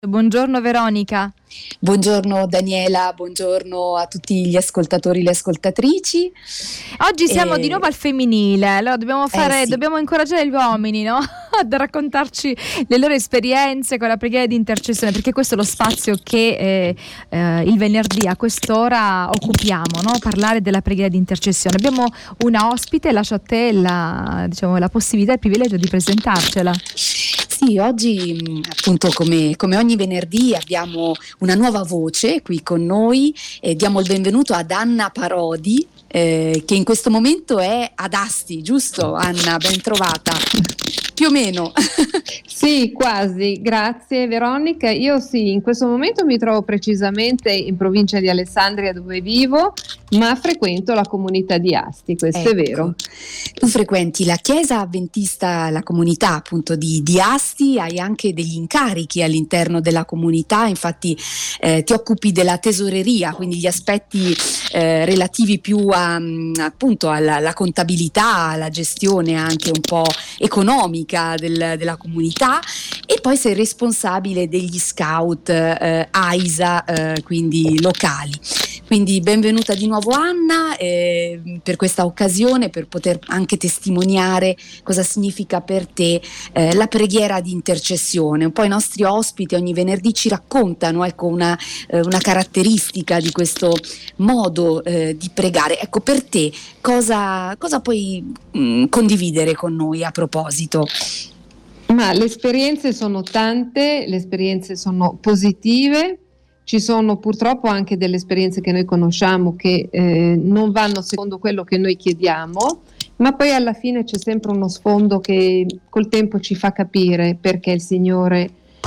Buongiorno Veronica. Buongiorno Daniela, buongiorno a tutti gli ascoltatori e le ascoltatrici. Oggi siamo di nuovo al femminile, allora Sì. dobbiamo incoraggiare gli uomini, no? Ad raccontarci le loro esperienze con la preghiera di intercessione, perché questo è lo spazio che il venerdì a quest'ora occupiamo, no? Parlare della preghiera di intercessione. Abbiamo una ospite, lascio a te la possibilità e il privilegio di presentarcela. Sì, oggi appunto come ogni venerdì abbiamo una nuova voce qui con noi e diamo il benvenuto ad Anna Parodi, che in questo momento è ad Asti, giusto Anna? Ben trovata. Più o meno. Sì, quasi, grazie Veronica. Io sì, in questo momento mi trovo precisamente in provincia di Alessandria dove vivo, ma frequento la comunità di Asti, questo è vero. Tu frequenti la chiesa avventista, la comunità appunto di Asti, hai anche degli incarichi all'interno della comunità, infatti ti occupi della tesoreria, quindi gli aspetti relativi più appunto alla contabilità, alla gestione anche un po' economica della comunità, e poi sei responsabile degli scout AISA, quindi locali. Quindi benvenuta di nuovo Anna, per questa occasione, per poter anche testimoniare cosa significa per te la preghiera di intercessione. Un po' i nostri ospiti ogni venerdì ci raccontano, ecco, una caratteristica di questo modo di pregare. Ecco, per te cosa puoi condividere con noi a proposito? Ma le esperienze sono tante, le esperienze sono positive. Ci sono purtroppo anche delle esperienze che noi conosciamo che non vanno secondo quello che noi chiediamo, ma poi alla fine c'è sempre uno sfondo che col tempo ci fa capire perché il Signore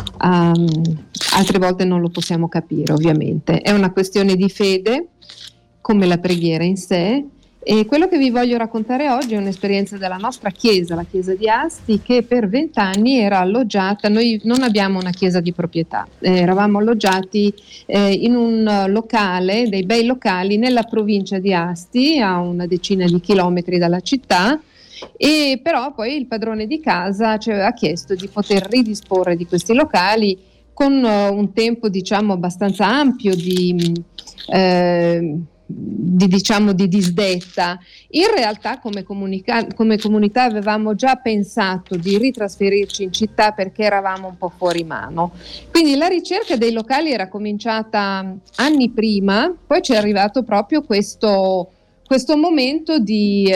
altre volte non lo possiamo capire, ovviamente. È una questione di fede, come la preghiera in sé. E quello che vi voglio raccontare oggi è un'esperienza della nostra chiesa, la chiesa di Asti, che per 20 anni era alloggiata. Noi non abbiamo una chiesa di proprietà, eravamo alloggiati in un locale, dei bei locali nella provincia di Asti, a una decina di chilometri dalla città, e però poi il padrone di casa ci aveva chiesto di poter ridisporre di questi locali con un tempo, diciamo, abbastanza ampio di disdetta. In realtà come comunità avevamo già pensato di ritrasferirci in città perché eravamo un po' fuori mano, quindi la ricerca dei locali era cominciata anni prima, poi c'è arrivato proprio questo momento di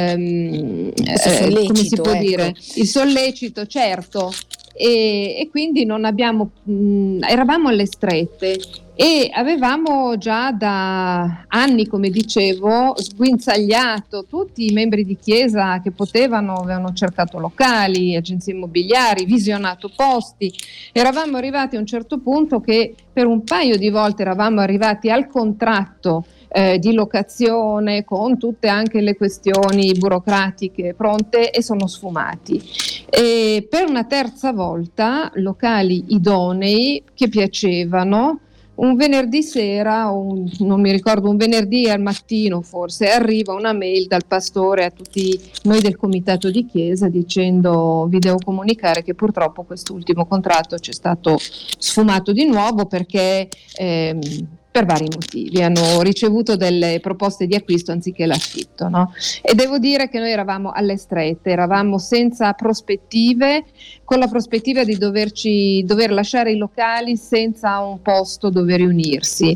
sollecito, come si può dire, ecco. il sollecito, certo, e quindi non abbiamo eravamo alle strette e avevamo già da anni, come dicevo, sguinzagliato tutti i membri di chiesa che potevano, avevano cercato locali, agenzie immobiliari, visionato posti. Eravamo arrivati a un certo punto che per un paio di volte eravamo arrivati al contratto di locazione, con tutte anche le questioni burocratiche pronte, e sono sfumati. E per una terza volta locali idonei che piacevano. Un venerdì sera, non mi ricordo, un venerdì al mattino forse, arriva una mail dal pastore a tutti noi del comitato di chiesa dicendo: vi devo comunicare che purtroppo quest'ultimo contratto ci è stato sfumato di nuovo perché per vari motivi hanno ricevuto delle proposte di acquisto anziché l'affitto, no? E devo dire che noi eravamo alle strette, eravamo senza prospettive, con la prospettiva di dover lasciare i locali senza un posto dove riunirsi.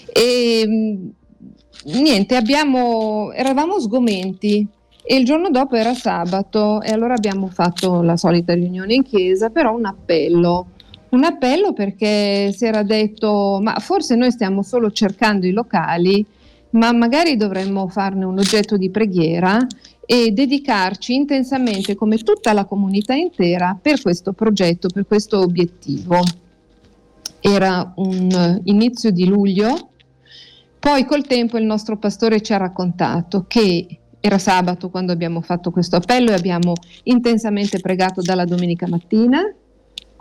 E niente, eravamo sgomenti. E il giorno dopo era sabato e allora abbiamo fatto la solita riunione in chiesa, però un appello perché si era detto: ma forse noi stiamo solo cercando i locali, ma magari dovremmo farne un oggetto di preghiera e dedicarci intensamente, come tutta la comunità intera, per questo progetto, per questo obiettivo. Era un inizio di luglio, poi col tempo il nostro pastore ci ha raccontato che era sabato quando abbiamo fatto questo appello e abbiamo intensamente pregato dalla domenica mattina,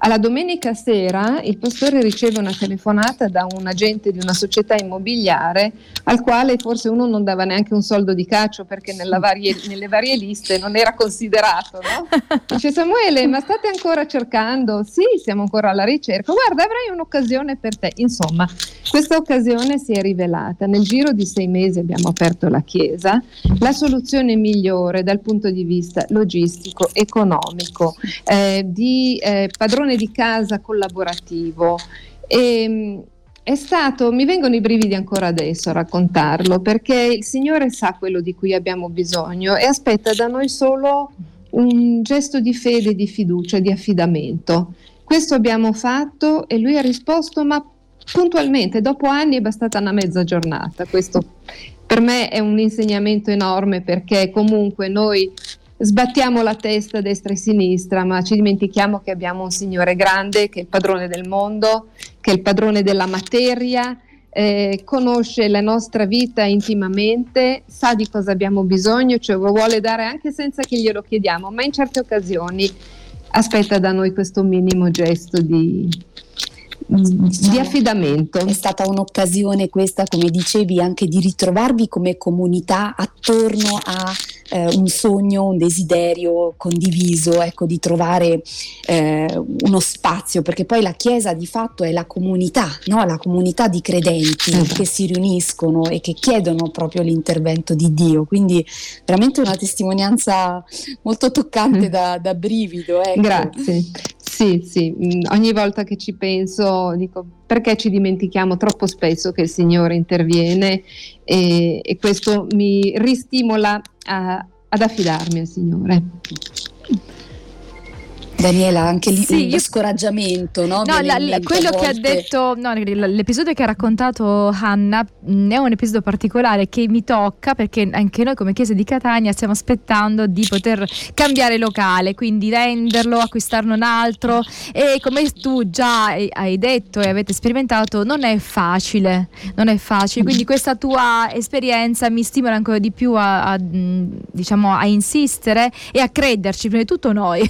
Alla domenica sera il pastore riceve una telefonata da un agente di una società immobiliare al quale forse uno non dava neanche un soldo di caccio perché nelle varie liste non era considerato, no? Dice: Samuele, ma state ancora cercando? Sì, siamo ancora alla ricerca. Guarda, avrai un'occasione per te. Insomma, questa occasione si è rivelata. Nel giro di 6 mesi abbiamo aperto la chiesa, la soluzione migliore dal punto di vista logistico, economico, di padrone di casa collaborativo. È stato, mi vengono i brividi ancora adesso a raccontarlo, perché il Signore sa quello di cui abbiamo bisogno e aspetta da noi solo un gesto di fede, di fiducia, di affidamento. Questo abbiamo fatto e lui ha risposto, ma puntualmente, dopo anni è bastata una mezza giornata. Questo per me è un insegnamento enorme, perché comunque noi sbattiamo la testa a destra e a sinistra, ma ci dimentichiamo che abbiamo un Signore grande, che è il padrone del mondo, che è il padrone della materia, conosce la nostra vita intimamente, sa di cosa abbiamo bisogno, ce lo vuole dare anche senza che glielo chiediamo, ma in certe occasioni aspetta da noi questo minimo gesto di affidamento. È stata un'occasione questa, come dicevi, anche di ritrovarvi come comunità attorno a un sogno, un desiderio condiviso, ecco, di trovare uno spazio, perché poi la Chiesa di fatto è la comunità, no? La comunità di credenti che si riuniscono e che chiedono proprio l'intervento di Dio, quindi veramente una testimonianza molto toccante da brivido, ecco. Grazie. Sì, ogni volta che ci penso dico: perché ci dimentichiamo troppo spesso che il Signore interviene, e questo mi ristimola ad affidarmi al Signore. Daniela, anche lì lo scoraggiamento, no? Quello che ha detto, l'episodio che ha raccontato Anna è un episodio particolare che mi tocca, perché anche noi come Chiesa di Catania stiamo aspettando di poter cambiare locale, quindi venderlo, acquistarne un altro, e come tu già hai detto e avete sperimentato, non è facile, quindi questa tua esperienza mi stimola ancora di più a insistere e a crederci, prima di tutto noi.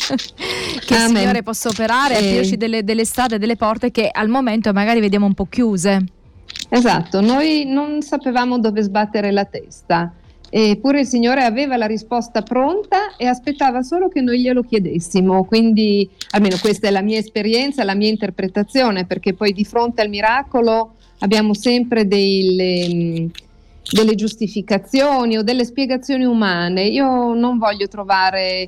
Che il Signore possa operare e aprirci delle strade, delle porte che al momento magari vediamo un po' chiuse. Esatto, noi non sapevamo dove sbattere la testa, eppure il Signore aveva la risposta pronta e aspettava solo che noi glielo chiedessimo. Quindi almeno questa è la mia esperienza, la mia interpretazione, perché poi di fronte al miracolo abbiamo sempre delle giustificazioni o delle spiegazioni umane. Io non voglio trovare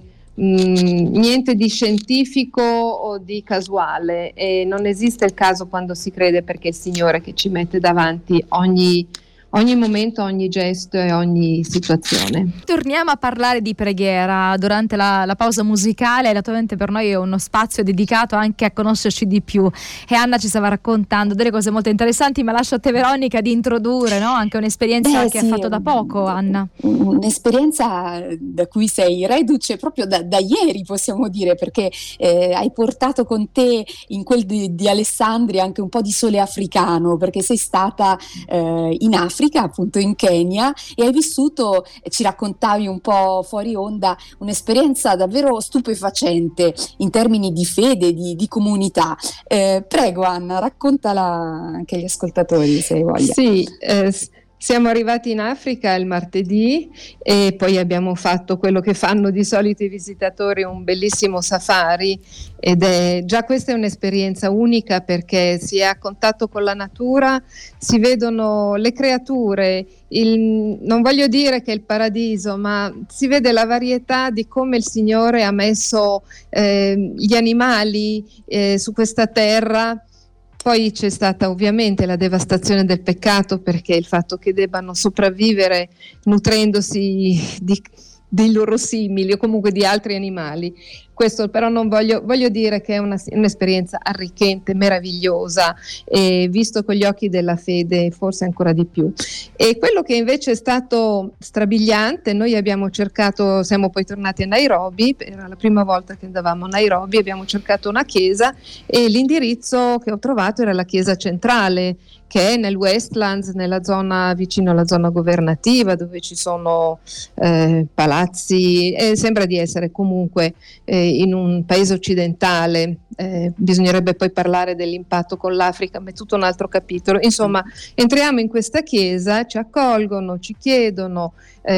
niente di scientifico o di casuale, e non esiste il caso quando si crede, perché è il Signore che ci mette davanti ogni momento, ogni gesto e ogni situazione. Torniamo a parlare di preghiera durante la pausa musicale. Naturalmente per noi è uno spazio dedicato anche a conoscerci di più, e Anna ci stava raccontando delle cose molto interessanti, ma lascio a te, Veronica, di introdurre, no? Anche un'esperienza che hai fatto da poco, Anna. Un'esperienza da cui sei reduce proprio da ieri, possiamo dire, perché hai portato con te in quel di Alessandria anche un po' di sole africano, perché sei stata in Africa, appunto in Kenya, e hai vissuto, ci raccontavi un po' fuori onda, un'esperienza davvero stupefacente in termini di fede, di comunità. Prego Anna, raccontala anche agli ascoltatori se hai voglia. Sì, siamo arrivati in Africa il martedì e poi abbiamo fatto quello che fanno di solito i visitatori, un bellissimo safari, ed è già questa è un'esperienza unica, perché si è a contatto con la natura, si vedono le creature, non voglio dire che è il paradiso, ma si vede la varietà di come il Signore ha messo gli animali su questa terra. Poi c'è stata ovviamente la devastazione del peccato, perché il fatto che debbano sopravvivere nutrendosi dei loro simili o comunque di altri animali. Questo però non voglio dire che è un'esperienza arricchente, meravigliosa, e visto con gli occhi della fede forse ancora di più. E quello che invece è stato strabiliante, noi siamo poi tornati a Nairobi, era la prima volta che andavamo a Nairobi, abbiamo cercato una chiesa e l'indirizzo che ho trovato era la chiesa centrale, che è nel Westlands, nella zona vicino alla zona governativa, dove ci sono palazzi, sembra di essere comunque in un paese occidentale. Bisognerebbe poi parlare dell'impatto con l'Africa, ma è tutto un altro capitolo. Insomma, entriamo in questa chiesa, ci accolgono, ci chiedono,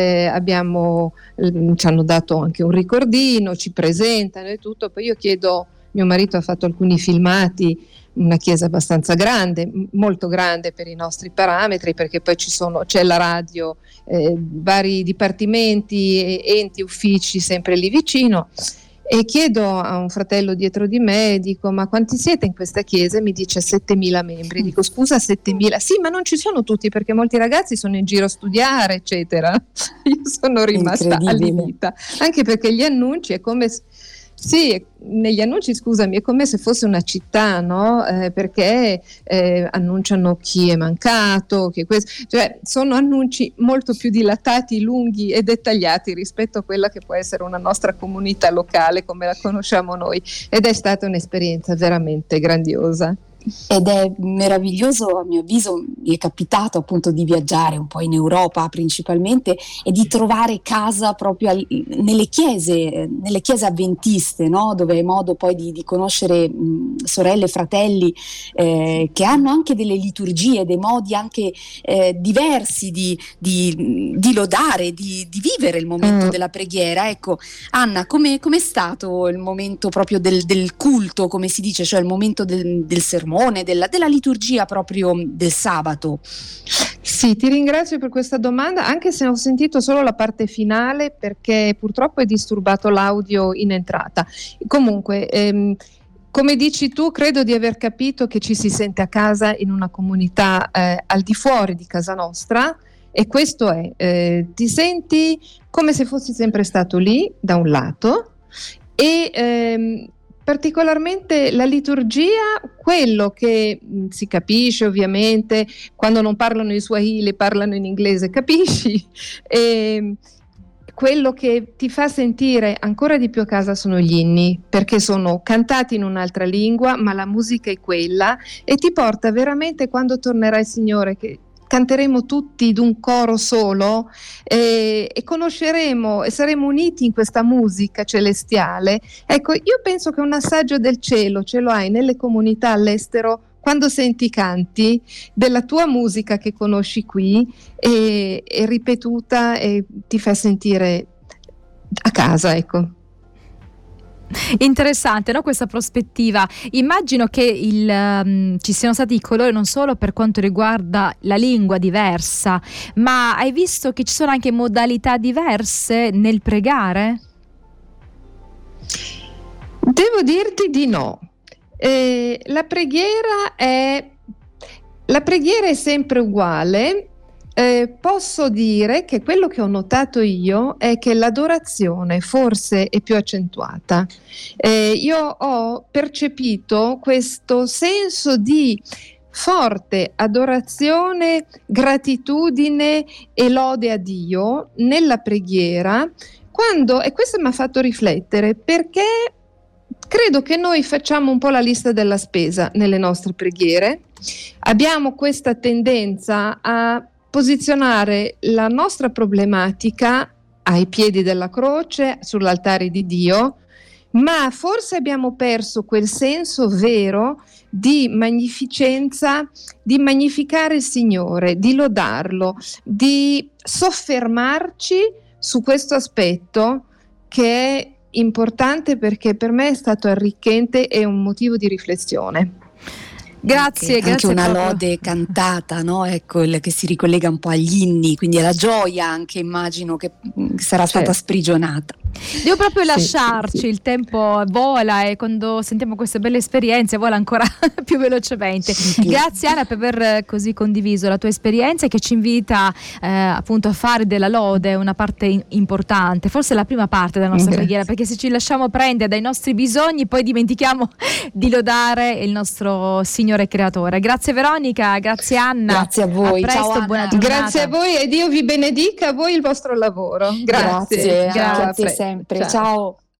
ci hanno dato anche un ricordino, ci presentano e tutto. Poi io chiedo, mio marito ha fatto alcuni filmati, una chiesa abbastanza grande, molto grande per i nostri parametri, perché poi c'è la radio, vari dipartimenti, enti, uffici sempre lì vicino. E chiedo a un fratello dietro di me, dico: ma quanti siete in questa chiesa? E mi dice 7.000 membri. Dico: scusa, 7.000? Sì, ma non ci sono tutti, perché molti ragazzi sono in giro a studiare, eccetera. Io sono rimasta allibita, anche perché gli annunci è come... Sì, negli annunci, scusami, è come se fosse una città, no? Perché annunciano chi è mancato, cioè sono annunci molto più dilatati, lunghi e dettagliati rispetto a quella che può essere una nostra comunità locale come la conosciamo noi, ed è stata un'esperienza veramente grandiosa. Ed è meraviglioso, a mio avviso. Mi è capitato appunto di viaggiare un po' in Europa principalmente e di trovare casa proprio nelle chiese avventiste, no? Dove hai modo poi di conoscere sorelle e fratelli che hanno anche delle liturgie, dei modi anche diversi di lodare, di vivere il momento della preghiera. Ecco, Anna, com'è stato il momento proprio del culto, come si dice, cioè il momento del sermone, della liturgia proprio del sabato? Sì, ti ringrazio per questa domanda, anche se ho sentito solo la parte finale, perché purtroppo è disturbato l'audio in entrata. Comunque, come dici tu, credo di aver capito che ci si sente a casa in una comunità al di fuori di casa nostra, e questo ti senti come se fossi sempre stato lì, da un lato, e particolarmente la liturgia, quello che si capisce ovviamente, quando non parlano in Swahili parlano in inglese, capisci? E quello che ti fa sentire ancora di più a casa sono gli inni, perché sono cantati in un'altra lingua, ma la musica è quella, e ti porta veramente, quando tornerà il Signore, che canteremo tutti d'un coro solo, e conosceremo e saremo uniti in questa musica celestiale. Ecco, io penso che un assaggio del cielo ce lo hai nelle comunità all'estero, quando senti i canti della tua musica che conosci qui, e ripetuta, e ti fa sentire a casa, ecco. Interessante, no? Questa prospettiva. Immagino che ci siano stati i colori non solo per quanto riguarda la lingua diversa, ma hai visto che ci sono anche modalità diverse nel pregare? Devo dirti di no. La preghiera è sempre uguale. Posso dire che quello che ho notato io è che l'adorazione forse è più accentuata. Io ho percepito questo senso di forte adorazione, gratitudine e lode a Dio nella preghiera, e questo mi ha fatto riflettere, perché credo che noi facciamo un po' la lista della spesa nelle nostre preghiere. Abbiamo questa tendenza a posizionare la nostra problematica ai piedi della croce, sull'altare di Dio, ma forse abbiamo perso quel senso vero di magnificenza, di magnificare il Signore, di lodarlo, di soffermarci su questo aspetto che è importante, perché per me è stato arricchente e un motivo di riflessione. Grazie, anche una lode cantata, no? Ecco, che si ricollega un po' agli inni, quindi alla gioia anche, immagino che sarà stata sprigionata. Devo proprio lasciarci, sì. Il tempo vola, e quando sentiamo queste belle esperienze vola ancora più velocemente. Grazie Anna per aver così condiviso la tua esperienza, che ci invita appunto a fare della lode una parte importante, forse la prima parte della nostra preghiera, perché se ci lasciamo prendere dai nostri bisogni poi dimentichiamo di lodare il nostro Signore Creatore. Grazie Veronica, grazie Anna. Grazie a voi. A presto, ciao, buona giornata. Grazie a voi, e Dio vi benedica a voi il vostro lavoro. Grazie. Grazie a te sempre. Ciao.